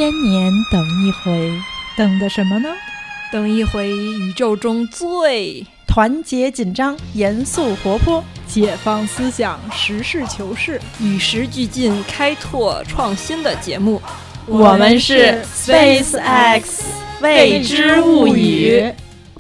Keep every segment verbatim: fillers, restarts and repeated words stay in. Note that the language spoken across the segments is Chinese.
千年等一回，等的什么呢？ 等一回宇宙中最团结紧张、严肃活泼、解放思想、实事求是、 与时俱进、开拓创新的节目。 我们是 SpaceX 未知物语。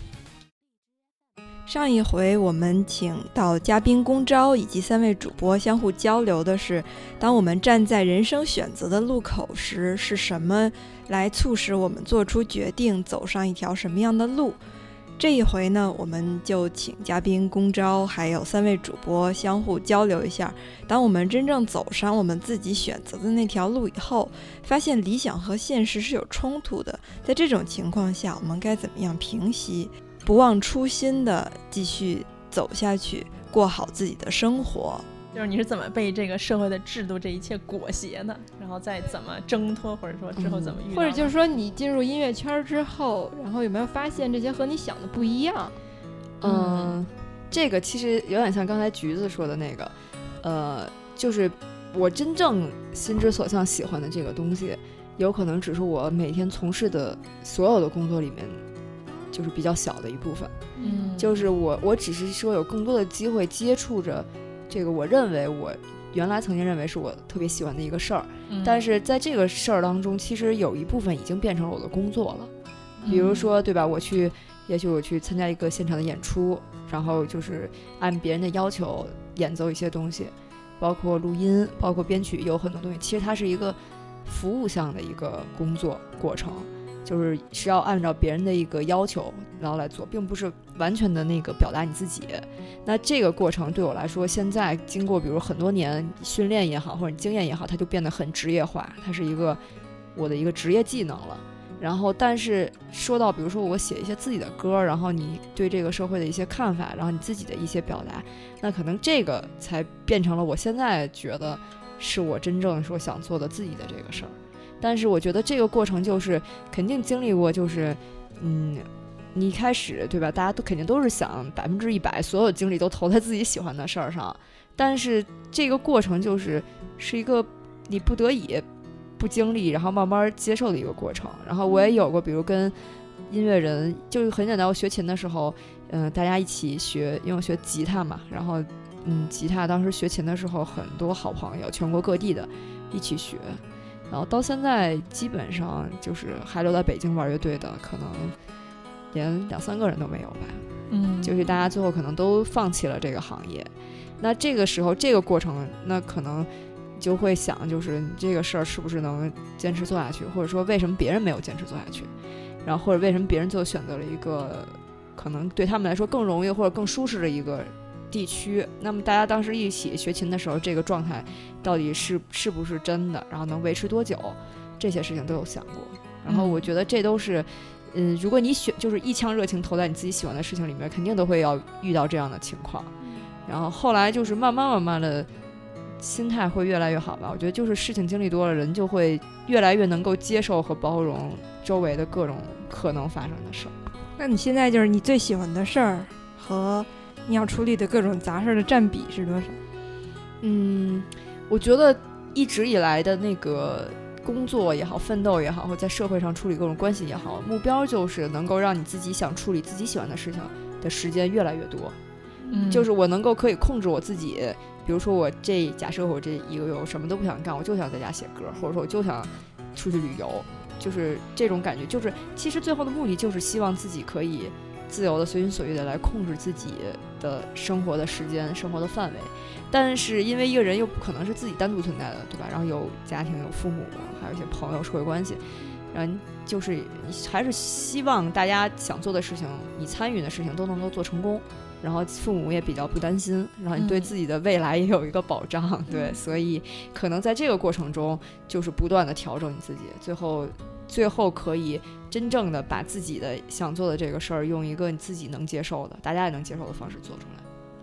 上一回我们请到嘉宾公招以及三位主播相互交流的是，当我们站在人生选择的路口时，是什么来促使我们做出决定，走上一条什么样的路。这一回呢，我们就请嘉宾公招还有三位主播相互交流一下，当我们真正走上我们自己选择的那条路以后，发现理想和现实是有冲突的，在这种情况下，我们该怎么样平息，不忘初心的继续走下去，过好自己的生活。 就是你是怎么被这个社会的制度这一切裹挟的，然后再怎么挣脱，或者说之后怎么遇到、嗯、 或者就是说你进入音乐圈之后，然后有没有发现这些和你想的不一样？ 嗯、呃，这个其实有点像刚才橘子说的那个，呃，就是我真正心之所向喜欢的这个东西，有可能只是我每天从事的所有的工作里面就是比较小的一部分。 嗯， 就是我我只是说有更多的机会接触着这个我认为我原来曾经认为是我特别喜欢的一个事儿、嗯、但是在这个事儿当中，其实有一部分已经变成了我的工作了。比如说对吧，我去也许我去参加一个现场的演出，然后就是按别人的要求演奏一些东西，包括录音，包括编曲，有很多东西其实它是一个服务项的一个工作过程，就是是要按照别人的一个要求然后来做，并不是完全的那个表达你自己。那这个过程对我来说，现在经过比如很多年训练也好，或者经验也好，它就变得很职业化，它是一个我的一个职业技能了。然后但是说到比如说我写一些自己的歌，然后你对这个社会的一些看法，然后你自己的一些表达，那可能这个才变成了我现在觉得是我真正说想做的自己的这个事儿。但是我觉得这个过程就是肯定经历过，就是嗯，你一开始对吧，大家都肯定都是想百分之一百所有精力都投在自己喜欢的事儿上，但是这个过程就是是一个你不得已不经历然后慢慢接受的一个过程。然后我也有过比如跟音乐人，就是很简单，我学琴的时候嗯、呃，大家一起学，因为我学吉他嘛，然后嗯，吉他当时学琴的时候很多好朋友全国各地的一起学，然后到现在基本上就是还留在北京玩乐队的可能连两三个人都没有吧。 嗯， 就是大家最后可能都放弃了这个行业。那这个时候这个过程，那可能就会想，就是你这个事儿是不是能坚持做下去，或者说为什么别人没有坚持做下去，然后或者为什么别人就选择了一个可能对他们来说更容易或者更舒适的一个地区。那么大家当时一起学琴的时候，这个状态到底是是不是真的，然后能维持多久，这些事情都有想过。然后我觉得这都是嗯，如果你选就是一腔热情投在你自己喜欢的事情里面，肯定都会要遇到这样的情况。然后后来就是慢慢慢慢的心态会越来越好吧。我觉得就是事情经历多了，人就会越来越能够接受和包容周围的各种可能发生的事儿。 那你现在就是你最喜欢的事儿和你要处理的各种杂事的占比是多少？ 嗯，我觉得一直以来的那个工作也好，奋斗也好，或者在社会上处理各种关系也好，目标就是能够让你自己想处理自己喜欢的事情的时间越来越多。嗯，就是我能够可以控制我自己，比如说我这假设我这一个有什么都不想干，我就想在家写歌，或者说我就想出去旅游，就是这种感觉。就是其实最后的目的就是希望自己可以自由的随心所欲的来控制自己的生活的时间，生活的范围。但是因为一个人又不可能是自己单独存在的，对吧？然后有家庭，有父母，还有一些朋友，社会关系，然后就是还是希望大家想做的事情，你参与的事情都能够做成功，然后父母也比较不担心，然后你对自己的未来也有一个保障、嗯、对，所以可能在这个过程中就是不断的调整你自己，最后最后可以真正的把自己的想做的这个事儿用一个你自己能接受的，大家也能接受的方式做出来。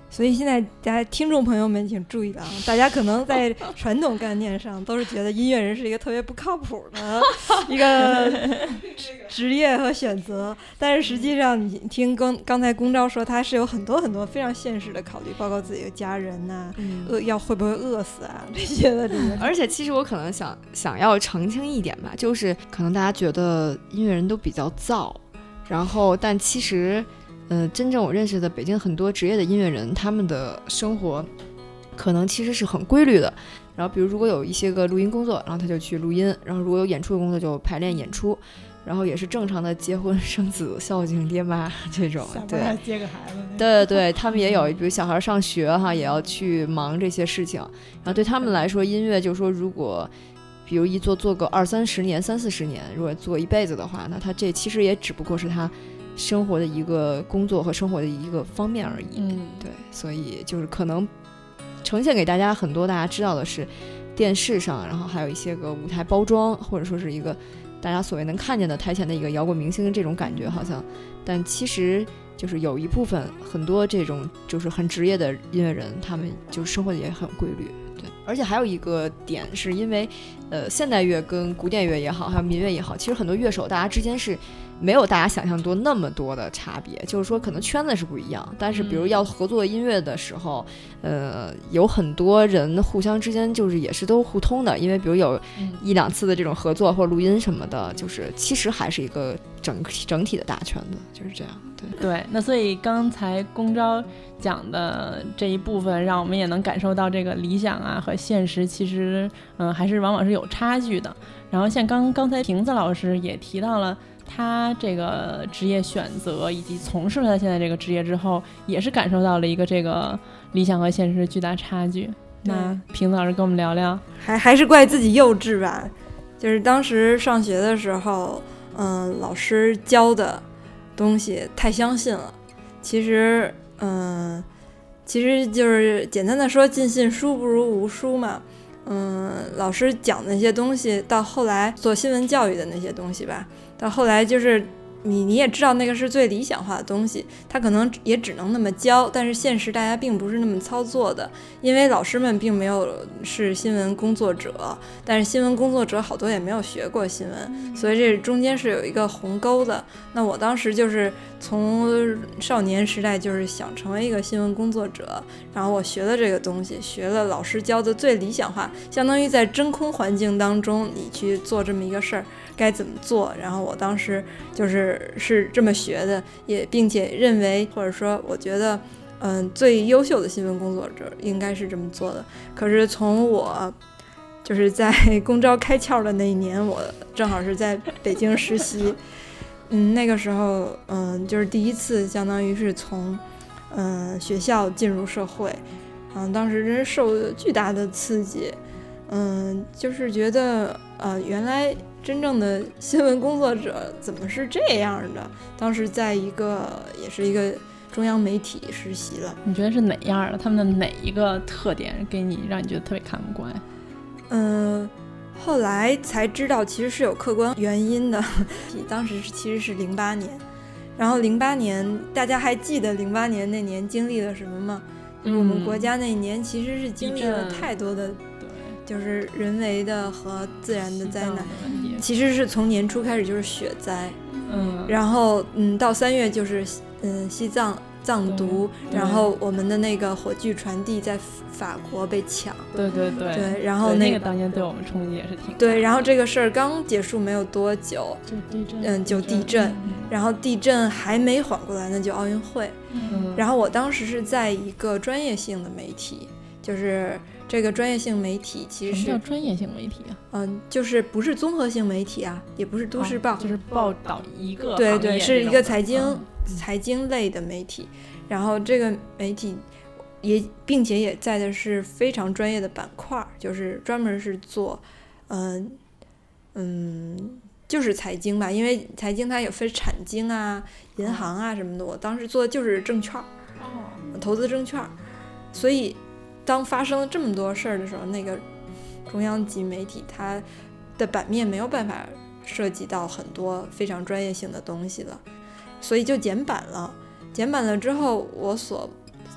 所以现在大家听众朋友们请注意了啊，大家可能在传统概念上都是觉得音乐人是一个特别不靠谱的一个职业和选择，但是实际上你听刚刚才龚昭说，他是有很多很多非常现实的考虑，包括自己的家人呐、啊，嗯、饿要会不会饿死啊这些的这些。 而且其实我可能想想要澄清一点吧，就是可能大家觉得音乐人都比较燥，然后但其实。呃，真正我认识的北京很多职业的音乐人，他们的生活可能其实是很规律的。然后，比如如果有一些个录音工作，然后他就去录音；然后如果有演出的工作，就排练演出。然后也是正常的结婚生子、孝敬爹妈这种。对， 接个孩子。 对对，他们也有，比如小孩上学哈，也要去忙这些事情。然后对他们来说，音乐就是说，如果比如一做做个二三十年、三四十年，如果做一辈子的话，那他这其实也只不过是他。生活的一个工作和生活的一个方面而已，嗯，对，所以就是可能呈现给大家很多大家知道的是电视上，然后还有一些个舞台包装，或者说是一个大家所谓能看见的台前的一个摇滚明星这种感觉好像，但其实就是有一部分很多这种就是很职业的音乐人，他们就是生活的也很规律。对，而且还有一个点是因为呃现代乐跟古典乐也好，还有民乐也好，其实很多乐手大家之间是没有大家想象多那么多的差别，就是说可能圈子是不一样，但是比如要合作音乐的时候、嗯、呃，有很多人互相之间就是也是都互通的，因为比如有一两次的这种合作或者录音什么的，就是其实还是一个整整体的大圈子，就是这样。对对，那所以刚才龚昭讲的这一部分，让我们也能感受到这个理想啊和现实其实嗯还是往往是有差距的。然后像刚刚才瓶子老师也提到了他这个职业选择以及从事了他现在这个职业之后，也是感受到了一个这个理想和现实的巨大差距。那瓶子老师跟我们聊聊。 还还是怪自己幼稚吧，就是当时上学的时候嗯，老师教的东西太相信了，其实嗯，其实就是简单的说尽信书不如无书嘛。嗯，老师讲那些东西到后来做新闻教育的那些东西吧，到后来就是你你也知道那个是最理想化的东西，他可能也只能那么教，但是现实大家并不是那么操作的，因为老师们并没有是新闻工作者，但是新闻工作者好多也没有学过新闻，所以这中间是有一个鸿沟的。那我当时就是从少年时代就是想成为一个新闻工作者，然后我学了这个东西，学了老师教的最理想化，相当于在真空环境当中你去做这么一个事儿该怎么做，然后我当时就是是这么学的，也并且认为或者说我觉得嗯，最优秀的新闻工作者应该是这么做的。可是从我就是在公招开窍的那一年，我正好是在北京实习嗯，那个时候嗯，就是第一次相当于是从嗯学校进入社会，嗯，当时真是受巨大的刺激，嗯，就是觉得呃原来真正的新闻工作者怎么是这样的？当时在一个也是一个中央媒体实习了。 你觉得是哪样的？他们的哪一个特点给你让你觉得特别看不惯？ 嗯，后来才知道其实是有客观原因的。当时其实是零八年，然后零八年大家还记得零八年那年经历了什么吗？就是我们国家那一年其实是经历了太多的。就是人为的和自然的灾难，其实是从年初开始就是雪灾，嗯，然后嗯到三月就是嗯西藏藏毒，然后我们的那个火炬传递在法国被抢， 对对对对，然后那个当年对我们冲击也是挺大， 对，然后这个事儿刚结束没有多久， 就地震， 嗯就地震，嗯、然后地震还没缓过来，那就奥运会，嗯，然后我当时是在一个专业性的媒体，就是。这个专业性媒体其实是什么叫专业性媒体啊？ 嗯，就是不是综合性媒体啊，也不是都市报， 哦、就是报道一个对对，是一个财经、嗯、财经类的媒体。然后这个媒体也并且也在的是非常专业的板块，就是专门是做，嗯嗯，就是财经吧，因为财经它有分产经啊、银行啊什么的。我当时做的就是证券，哦，投资证券，所以。当发生了这么多事儿的时候，那个中央级媒体它的版面没有办法涉及到很多非常专业性的东西了，所以就减版了。减版了之后，我所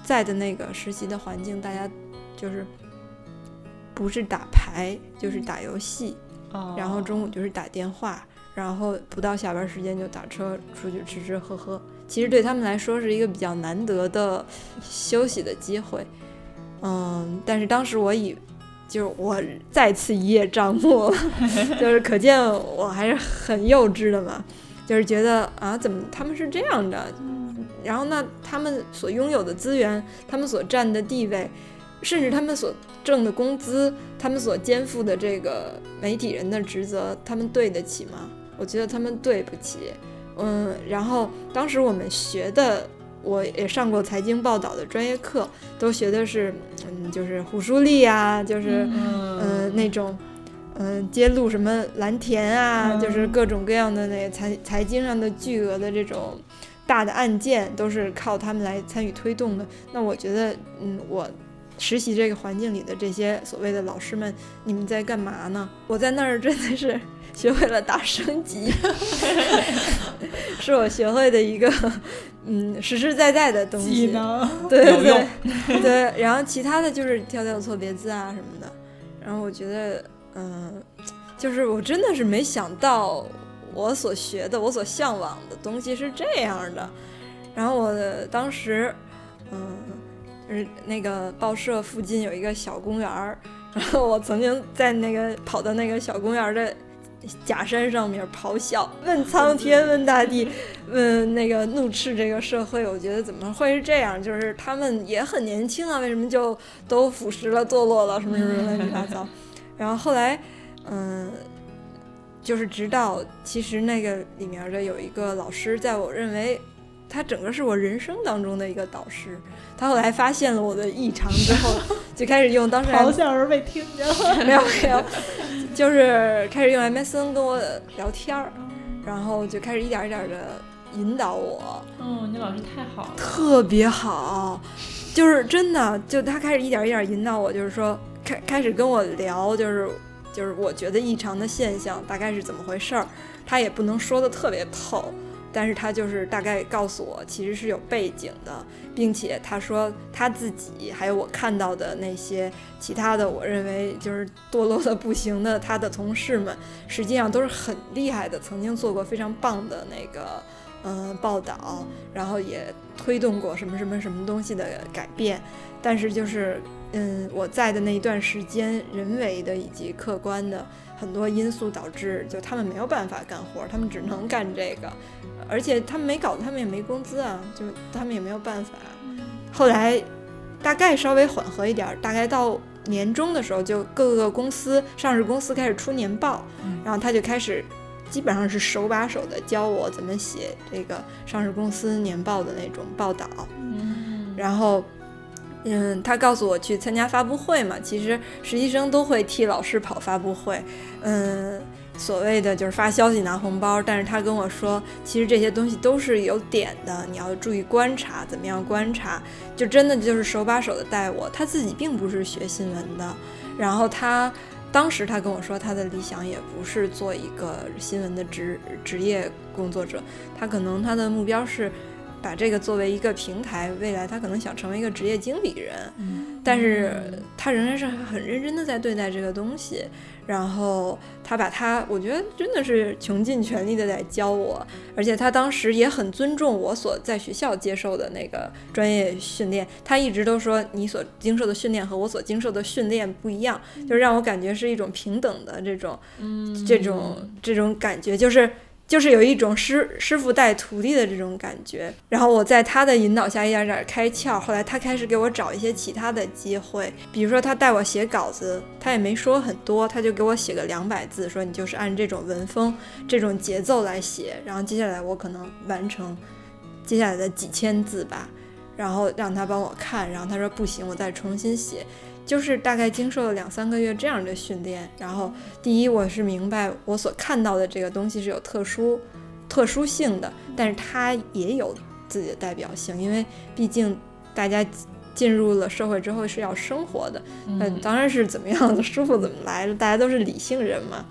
在的那个实习的环境，大家就是不是打牌就是打游戏、 哦、 然后中午就是打电话，然后不到下班时间就打车出去吃吃喝喝，其实对他们来说是一个比较难得的休息的机会。嗯，但是当时我以就是我再次一叶障目就是可见我还是很幼稚的嘛，就是觉得啊怎么他们是这样的，然后那他们所拥有的资源，他们所占的地位，甚至他们所挣的工资，他们所肩负的这个媒体人的职责，他们对得起吗？我觉得他们对不起。嗯，然后当时我们学的，我也上过财经报道的专业课，都学的是嗯，就是胡舒立啊，就是嗯、呃、那种嗯、呃、揭露什么蓝田啊、嗯、就是各种各样的那个财财经上的巨额的这种大的案件都是靠他们来参与推动的。那我觉得嗯，我实习这个环境里的这些所谓的老师们，你们在干嘛呢？我在那儿真的是学会了打升级是我学会的一个嗯实实在在的东西， 技能对对对对，然后其他的就是跳跳错别字啊什么的。然后我觉得嗯、呃，就是我真的是没想到我所学的我所向往的东西是这样的。然后我当时嗯，就是那个报社附近有一个小公园，然后我曾经在那个跑到那个小公园的假山上面咆哮，问苍天问大地问那个怒斥这个社会，我觉得怎么会是这样，就是他们也很年轻啊，为什么就都腐蚀了堕落了什么什么乱七八糟。然后后来嗯，就是直到其实那个里面的有一个老师，在我认为他整个是我人生当中的一个导师，他后来发现了我的异常之后就开始用，当时咆哮时被听见了没有没有就是开始用 M S N 跟我聊天，然后就开始一点一点的引导我。 哦，你老师太好了， 特别好，就是真的，就他开始一点一点引导我，就是说开开始跟我聊，就是就是我觉得异常的现象大概是怎么回事儿，他也不能说的特别透，但是他就是大概告诉我其实是有背景的，并且他说他自己还有我看到的那些其他的我认为就是堕落的不行的他的同事们，实际上都是很厉害的，曾经做过非常棒的那个嗯、呃、报道，然后也推动过什么什么什么东西的改变。但是就是嗯我在的那一段时间，人为的以及客观的很多因素导致就他们没有办法干活，他们只能干这个，而且他们没搞，他们也没工资啊，就他们也没有办法。后来大概稍微缓和一点，大概到年终的时候，就各个公司上市公司开始出年报，然后他就开始基本上是手把手的教我怎么写这个上市公司年报的那种报道。然后嗯，他告诉我去参加发布会嘛，其实实习生都会替老师跑发布会，嗯，所谓的就是发消息拿红包，但是他跟我说其实这些东西都是有点的，你要注意观察，怎么样观察，就真的就是手把手的带我。他自己并不是学新闻的，然后他当时他跟我说他的理想也不是做一个新闻的职职业工作者，他可能他的目标是把这个作为一个平台，未来他可能想成为一个职业经理人、嗯、但是他仍然是很认真的在对待这个东西，然后他把他我觉得真的是穷尽全力的在教我，而且他当时也很尊重我所在学校接受的那个专业训练，他一直都说你所经受的训练和我所经受的训练不一样，就是让我感觉是一种平等的这种、嗯、这种这种感觉，就是就是有一种师师傅带徒弟的这种感觉。然后我在他的引导下一点点开窍，后来他开始给我找一些其他的机会，比如说他带我写稿子，他也没说很多，他就给我写个两百字，说你就是按这种文风这种节奏来写，然后接下来我可能完成接下来的几千字吧，然后让他帮我看，然后他说不行我再重新写，就是大概经受了两三个月这样的训练。然后第一我是明白我所看到的这个东西是有特殊特殊性的，但是它也有自己的代表性，因为毕竟大家进入了社会之后是要生活的，嗯、呃，当然是怎么样的舒服怎么来，大家都是理性人嘛。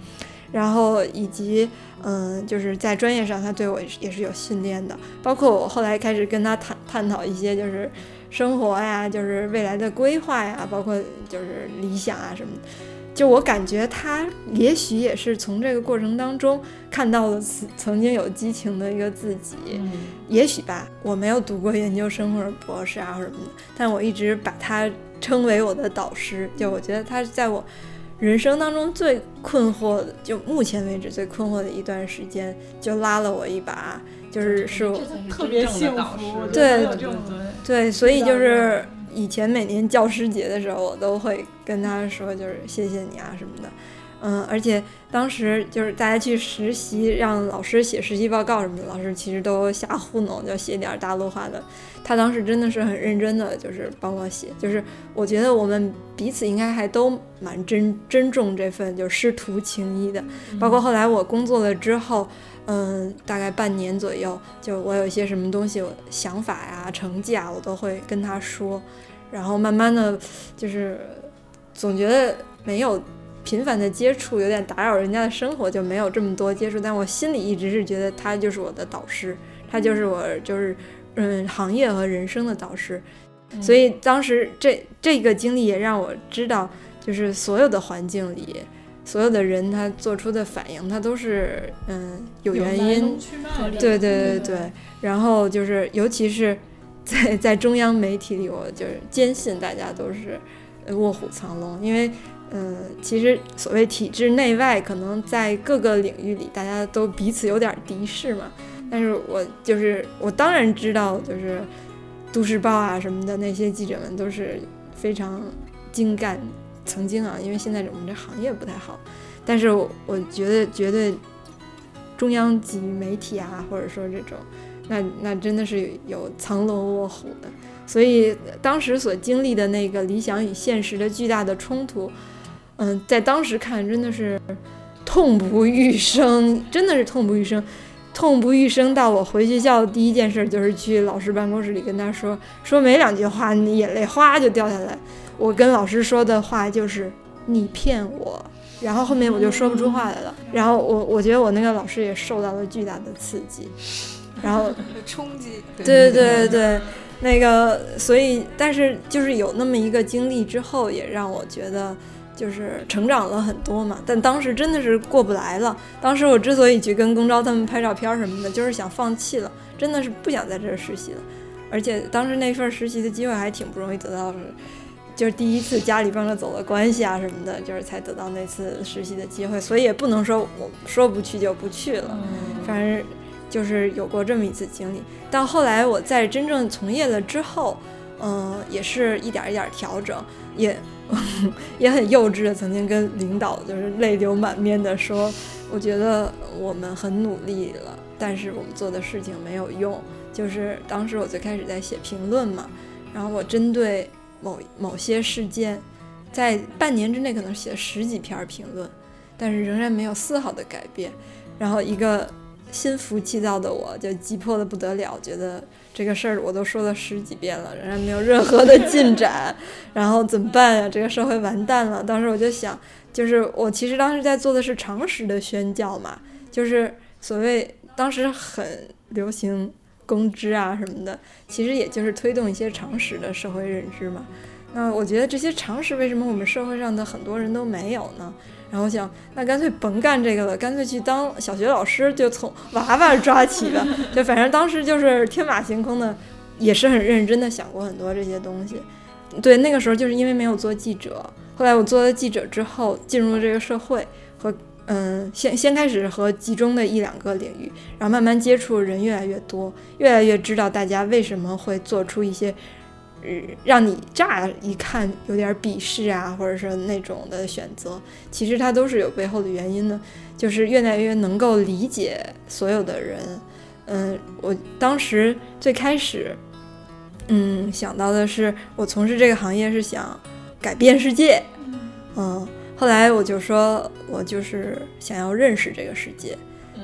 然后以及嗯，就是在专业上他对我也是有训练的，包括我后来开始跟他探探讨一些就是生活呀，就是未来的规划呀，包括就是理想啊什么的。就我感觉他也许也是从这个过程当中看到了曾经有激情的一个自己、嗯、也许吧，我没有读过研究生或者博士啊或者什么的，但我一直把他称为我的导师。就我觉得他在我人生当中最困惑的，就目前为止最困惑的一段时间，就拉了我一把，就是是我特别幸福， 对对对，所以就是以前每年教师节的时候，我都会跟他说，就是谢谢你啊什么的。嗯，而且当时就是大家去实习，让老师写实习报告什么的，老师其实都瞎糊弄，就写点大陆话的。他当时真的是很认真的，就是帮我写。就是我觉得我们彼此应该还都蛮珍珍重这份就师徒情谊的。包括后来我工作了之后，嗯，大概半年左右，就我有一些什么东西，我想法呀、成绩啊，我都会跟他说。然后慢慢的，就是总觉得没有频繁的接触，有点打扰人家的生活，就没有这么多接触。但我心里一直是觉得他就是我的导师，他就是我就是嗯行业和人生的导师。所以当时这这个经历也让我知道，就是所有的环境里，所有的人他做出的反应，他都是嗯有原因。对对对对。然后就是尤其是在在中央媒体里，我就是坚信大家都是卧虎藏龙，因为嗯，其实所谓体制内外，可能在各个领域里大家都彼此有点敌视嘛。但是我就是我当然知道，就是都市报啊什么的那些记者们都是非常精干，曾经啊，因为现在我们这行业不太好，但是我我觉得绝对中央级媒体啊，或者说这种那那真的是有藏龙卧虎的。所以当时所经历的那个理想与现实的巨大的冲突，嗯，在当时看真的是痛不欲生，真的是痛不欲生，痛不欲生到我回学校的第一件事就是去老师办公室里跟他说，说没两句话，你眼泪哗就掉下来。我跟老师说的话就是你骗我，然后后面我就说不出话来了。然后我我觉得我那个老师也受到了巨大的刺激，然后冲击， 对对对对。那个，所以，但是就是有那么一个经历之后，也让我觉得就是成长了很多嘛。但当时真的是过不来了。当时我之所以去跟公招他们拍照片什么的，就是想放弃了，真的是不想在这儿实习了。而且当时那份实习的机会还挺不容易得到的，就是第一次家里帮着走了关系啊什么的，就是才得到那次实习的机会。所以也不能说我说不去就不去了，反正就是有过这么一次经历。到后来我在真正从业了之后，嗯、呃，也是一点一点调整，也也很幼稚的，曾经跟领导就是泪流满面的说，我觉得我们很努力了，但是我们做的事情没有用。就是当时我最开始在写评论嘛，然后我针对某某些事件，在半年之内可能写了十几篇评论，但是仍然没有丝毫的改变。然后一个心浮气躁的我就急迫的不得了，觉得这个事儿我都说了十几遍了，仍然没有任何的进展，然后怎么办呀？这个社会完蛋了。当时我就想，就是我其实当时在做的是常识的宣教嘛，就是所谓当时很流行公知啊什么的，其实也就是推动一些常识的社会认知嘛。那我觉得这些常识为什么我们社会上的很多人都没有呢？然后我想，那干脆甭干这个了，干脆去当小学老师，就从娃娃抓起吧。就反正当时就是天马行空的，也是很认真的想过很多这些东西。对，那个时候就是因为没有做记者，后来我做了记者之后，进入了这个社会，和嗯，先先开始和集中的一两个领域，然后慢慢接触人越来越多，越来越知道大家为什么会做出一些让你乍一看有点鄙视啊，或者是那种的选择，其实它都是有背后的原因的，就是越来越能够理解所有的人。嗯，我当时最开始嗯想到的是，我从事这个行业是想改变世界，嗯，后来我就说我就是想要认识这个世界，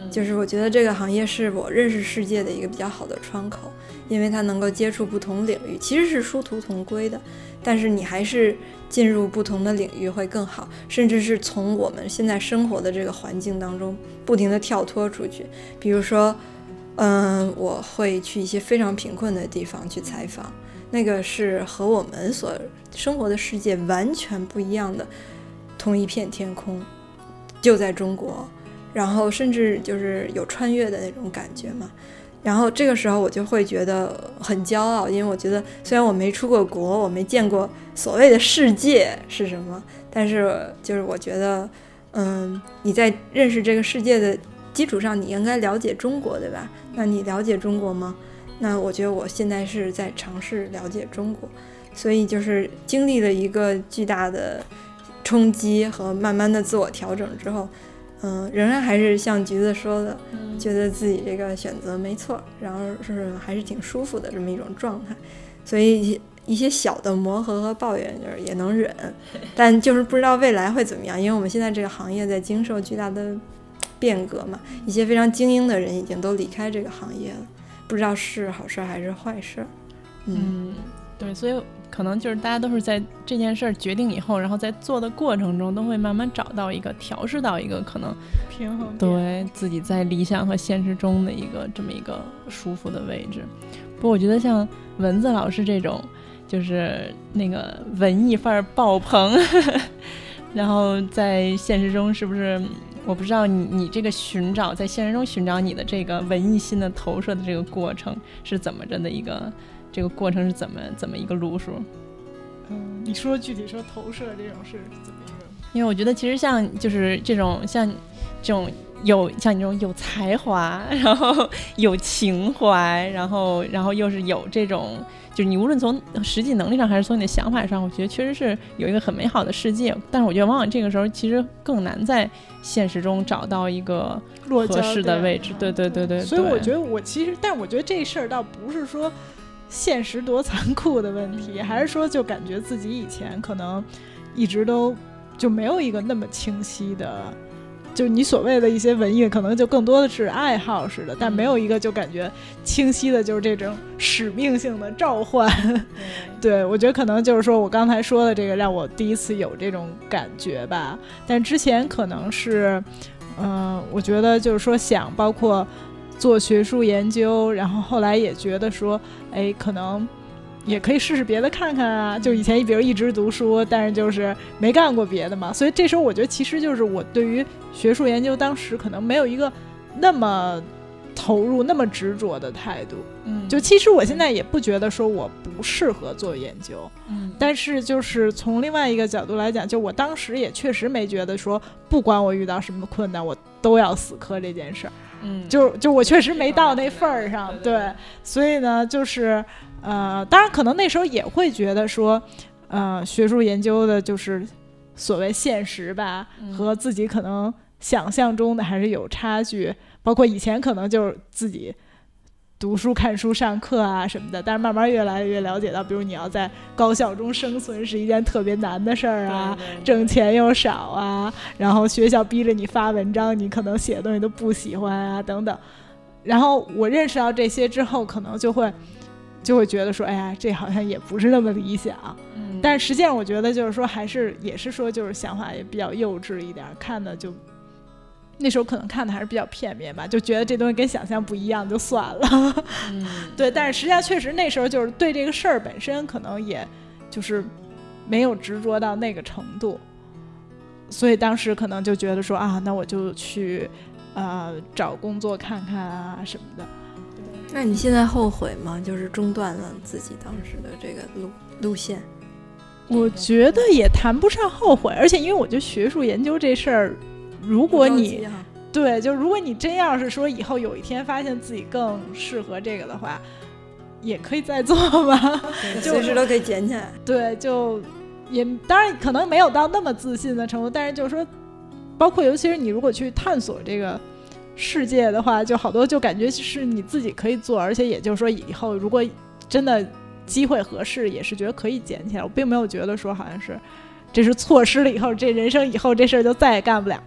就是我觉得这个行业是我认识世界的一个比较好的窗口，因为它能够接触不同领域，其实是殊途同归的，但是你还是进入不同的领域会更好，甚至是从我们现在生活的这个环境当中不停地跳脱出去。比如说嗯，我会去一些非常贫困的地方去采访，那个是和我们所生活的世界完全不一样的同一片天空，就在中国，然后甚至就是有穿越的那种感觉嘛。然后这个时候我就会觉得很骄傲，因为我觉得虽然我没出过国，我没见过所谓的世界是什么，但是就是我觉得嗯，你在认识这个世界的基础上你应该了解中国，对吧？那你了解中国吗？那我觉得我现在是在尝试了解中国，所以就是经历了一个巨大的冲击和慢慢的自我调整之后，嗯，仍然还是像橘子说的，觉得自己这个选择没错，然后是还是挺舒服的这么一种状态，所以一些小的磨合和抱怨就是也能忍，但就是不知道未来会怎么样，因为我们现在这个行业在经受巨大的变革嘛，一些非常精英的人已经都离开这个行业了，不知道是好事还是坏事。 嗯, 嗯对，所以可能就是大家都是在这件事儿决定以后，然后在做的过程中都会慢慢找到一个调试到一个可能平衡， 对自己在理想和现实中的一个这么一个舒服的位置。不过我觉得像蚊子老师这种就是那个文艺范儿爆棚然后在现实中是不是我不知道你你这个寻找在现实中寻找你的这个文艺心的投射的这个过程是怎么着的一个这个过程是怎么怎么一个路数？ 嗯，你说具体说投射这种是怎么一个？ 因为我觉得其实像就是这种像这种有像你这种有才华，然后有情怀，然后然后又是有这种就是你无论从实际能力上还是从你的想法上，我觉得确实是有一个很美好的世界，但是我觉得往往这个时候其实更难在现实中找到一个合适的位置。对对对 对, 对， 所以我觉得我其实但我觉得这事儿倒不是说现实多残酷的问题，还是说就感觉自己以前可能一直都就没有一个那么清晰的，就你所谓的一些文艺可能就更多的是爱好似的，但没有一个就感觉清晰的就是这种使命性的召唤。对，我觉得可能就是说我刚才说的这个让我第一次有这种感觉吧，但之前可能是嗯、呃，我觉得就是说想包括做学术研究，然后后来也觉得说哎可能也可以试试别的看看啊，就以前比如一直读书但是就是没干过别的嘛，所以这时候我觉得其实就是我对于学术研究当时可能没有一个那么投入那么执着的态度。嗯，就其实我现在也不觉得说我不适合做研究，嗯，但是就是从另外一个角度来讲，就我当时也确实没觉得说不管我遇到什么困难我都要死磕这件事儿，嗯，就就我确实没到那份儿上，对，所以呢就是呃，当然可能那时候也会觉得说呃，学术研究的就是所谓现实吧，嗯，和自己可能想象中的还是有差距，包括以前可能就是自己读书看书上课啊什么的，但是慢慢越来越了解到比如你要在高校中生存是一件特别难的事儿啊，对对对，挣钱又少啊，然后学校逼着你发文章你可能写的东西都不喜欢啊等等，然后我认识到这些之后可能就会就会觉得说哎呀这好像也不是那么理想，嗯，但实际上我觉得就是说还是也是说就是想法也比较幼稚一点，看的就那时候可能看的还是比较片面吧，就觉得这东西跟想象不一样就算了，嗯，对，但是实际上确实那时候就是对这个事儿本身可能也就是没有执着到那个程度，所以当时可能就觉得说啊那我就去呃找工作看看啊什么的。 那你现在后悔吗？就是中断了自己当时的这个路路线。 我觉得也谈不上后悔，而且因为我觉得学术研究这事儿如果你对就如果你真要是说以后有一天发现自己更适合这个的话也可以再做嘛， 随时都可以捡起来。 对，就也当然可能没有到那么自信的程度，但是就是说包括尤其是你如果去探索这个世界的话，就好多就感觉是你自己可以做，而且也就是说以后如果真的机会合适也是觉得可以捡起来，我并没有觉得说好像是这是错失了以后这人生以后这事儿就再也干不了了，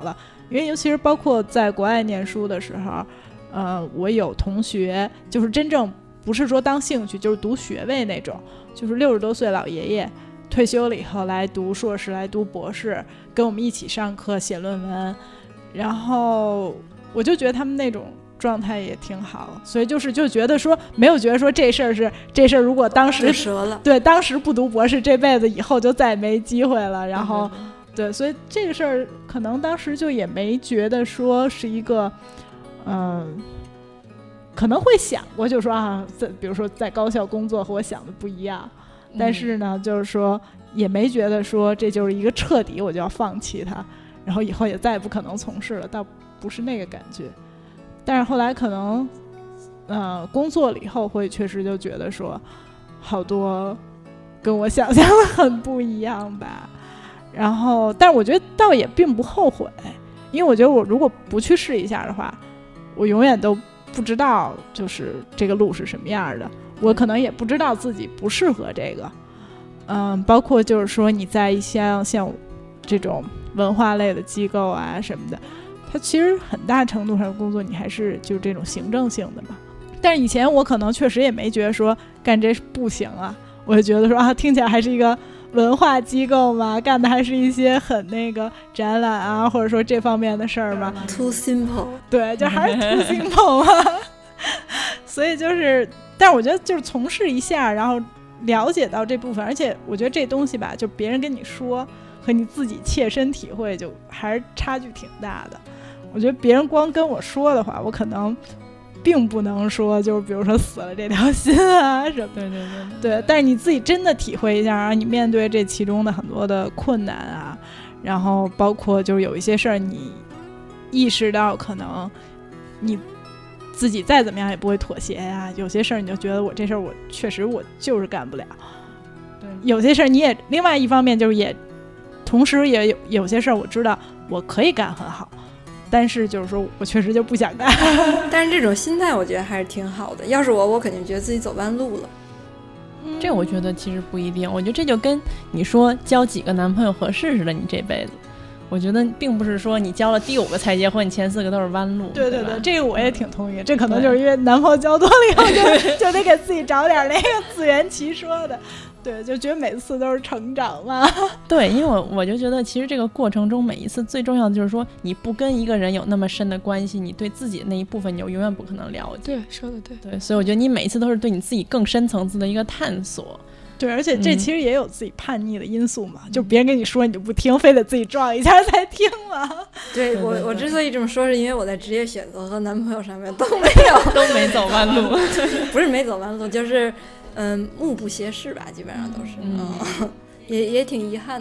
因为尤其是包括在国外念书的时候，呃，我有同学就是真正不是说当兴趣，就是读学位那种，就是六十多岁老爷爷退休了以后来读硕士，来读博士，跟我们一起上课写论文，然后我就觉得他们那种状态也挺好，所以就是就觉得说没有觉得说这事儿是这事儿如果当时折了， 对，当时不读博士，这辈子以后就再也没机会了，然后对，所以这个事儿可能当时就也没觉得说是一个嗯、呃可能会想过就说啊，在比如说在高校工作和我想的不一样，但是呢、嗯、就是说也没觉得说这就是一个彻底我就要放弃它，然后以后也再也不可能从事了，倒不是那个感觉。但是后来可能呃工作了以后会确实就觉得说好多跟我想象的很不一样吧，然后但是我觉得倒也并不后悔，因为我觉得我如果不去试一下的话，我永远都不知道就是这个路是什么样的，我可能也不知道自己不适合这个。嗯，包括就是说你在一些像这种文化类的机构啊什么的，它其实很大程度上的工作你还是就是这种行政性的嘛。但是以前我可能确实也没觉得说干这不行啊，我就觉得说啊，听起来还是一个文化机构嘛，干的还是一些很那个展览啊，或者说这方面的事儿嘛。 Too simple， 对，就还是 too simple 嘛。所以就是，但是我觉得就是从事一下，然后了解到这部分，而且我觉得这东西吧，就别人跟你说和你自己切身体会，就还是差距挺大的。我觉得别人光跟我说的话，我可能并不能说就是比如说死了这条心啊什么。 对对对对，但是你自己真的体会一下啊，你面对这其中的很多的困难啊，然后包括就是有一些事儿你意识到可能你自己再怎么样也不会妥协呀、啊，有些事儿你就觉得我这事儿我确实我就是干不了。 对， 有些事儿你也另外一方面就是也同时也有有些事儿我知道我可以干很好，但是就是说我确实就不想干。 但是这种心态我觉得还是挺好的，要是我我肯定觉得自己走弯路了。 这我觉得其实不一定，我觉得这就跟你说交几个男朋友合适似的，你这辈子我觉得并不是说你交了第五个才结婚，你前四个都是弯路。 对对对, 对，这个我也挺同意，这可能就是因为男朋友交多了以后就就得给自己找点那个自圆其说的。对，就觉得每次都是成长嘛。 对，因为我我就觉得其实这个过程中每一次最重要的就是说你不跟一个人有那么深的关系，你对自己的那一部分你就永远不可能了解。 对，说的对。 对，所以我觉得你每一次都是对你自己更深层次的一个探索。 对，而且这其实也有自己叛逆的因素嘛，嗯、就别人跟你说你就不听，非得自己撞一下才听嘛。 对， 对对对， 我我之所以这么说，是因为我在职业选择和男朋友上面都没有都没走弯路， 不是没走弯路，就是嗯目不斜视吧，基本上都是，嗯，嗯也也挺遗憾的，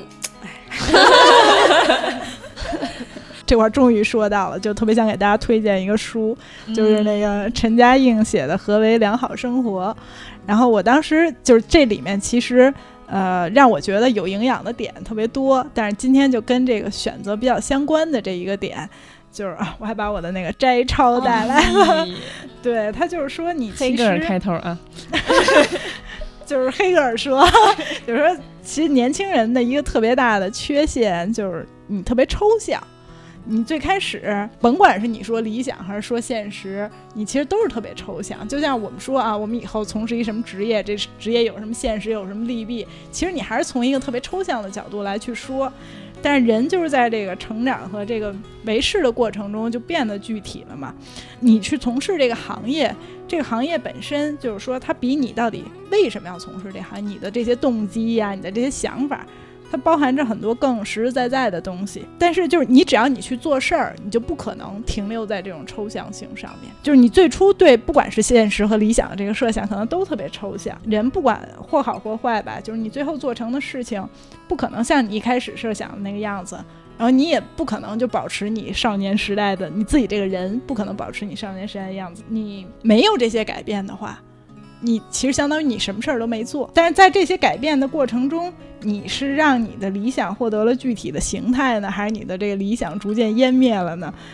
哎。 这块终于说到了，就特别想给大家推荐一个书，嗯、就是那个陈嘉映写的《何为良好生活》。然后我当时就是这里面其实呃让我觉得有营养的点特别多，但是今天就跟这个选择比较相关的这一个点，就是啊，我还把我的那个摘抄带来了。哦、对，他就是说你其实黑格尔开头啊。 就是黑格尔说，就是说其实年轻人的一个特别大的缺陷就是你特别抽象。你最开始甭管是你说理想还是说现实，你其实都是特别抽象。就像我们说啊，我们以后从事一什么职业，这职业有什么现实，有什么利弊，其实你还是从一个特别抽象的角度来去说。但是人就是在这个成长和这个维持的过程中就变得具体了嘛。你去从事这个行业，这个行业本身就是说它比你到底为什么要从事这行，你的这些动机呀、啊，你的这些想法，它包含着很多更实实在在的东西。但是就是你只要你去做事儿，你就不可能停留在这种抽象性上面。就是你最初对不管是现实和理想的这个设想可能都特别抽象，人不管或好或坏吧，就是你最后做成的事情不可能像你一开始设想的那个样子，然后你也不可能就保持你少年时代的你自己这个人不可能保持你少年时代的样子。你没有这些改变的话，你其实相当于你什么事儿都没做。但是在这些改变的过程中，你是让你的理想获得了具体的形态呢，还是你的这个理想逐渐湮灭了呢？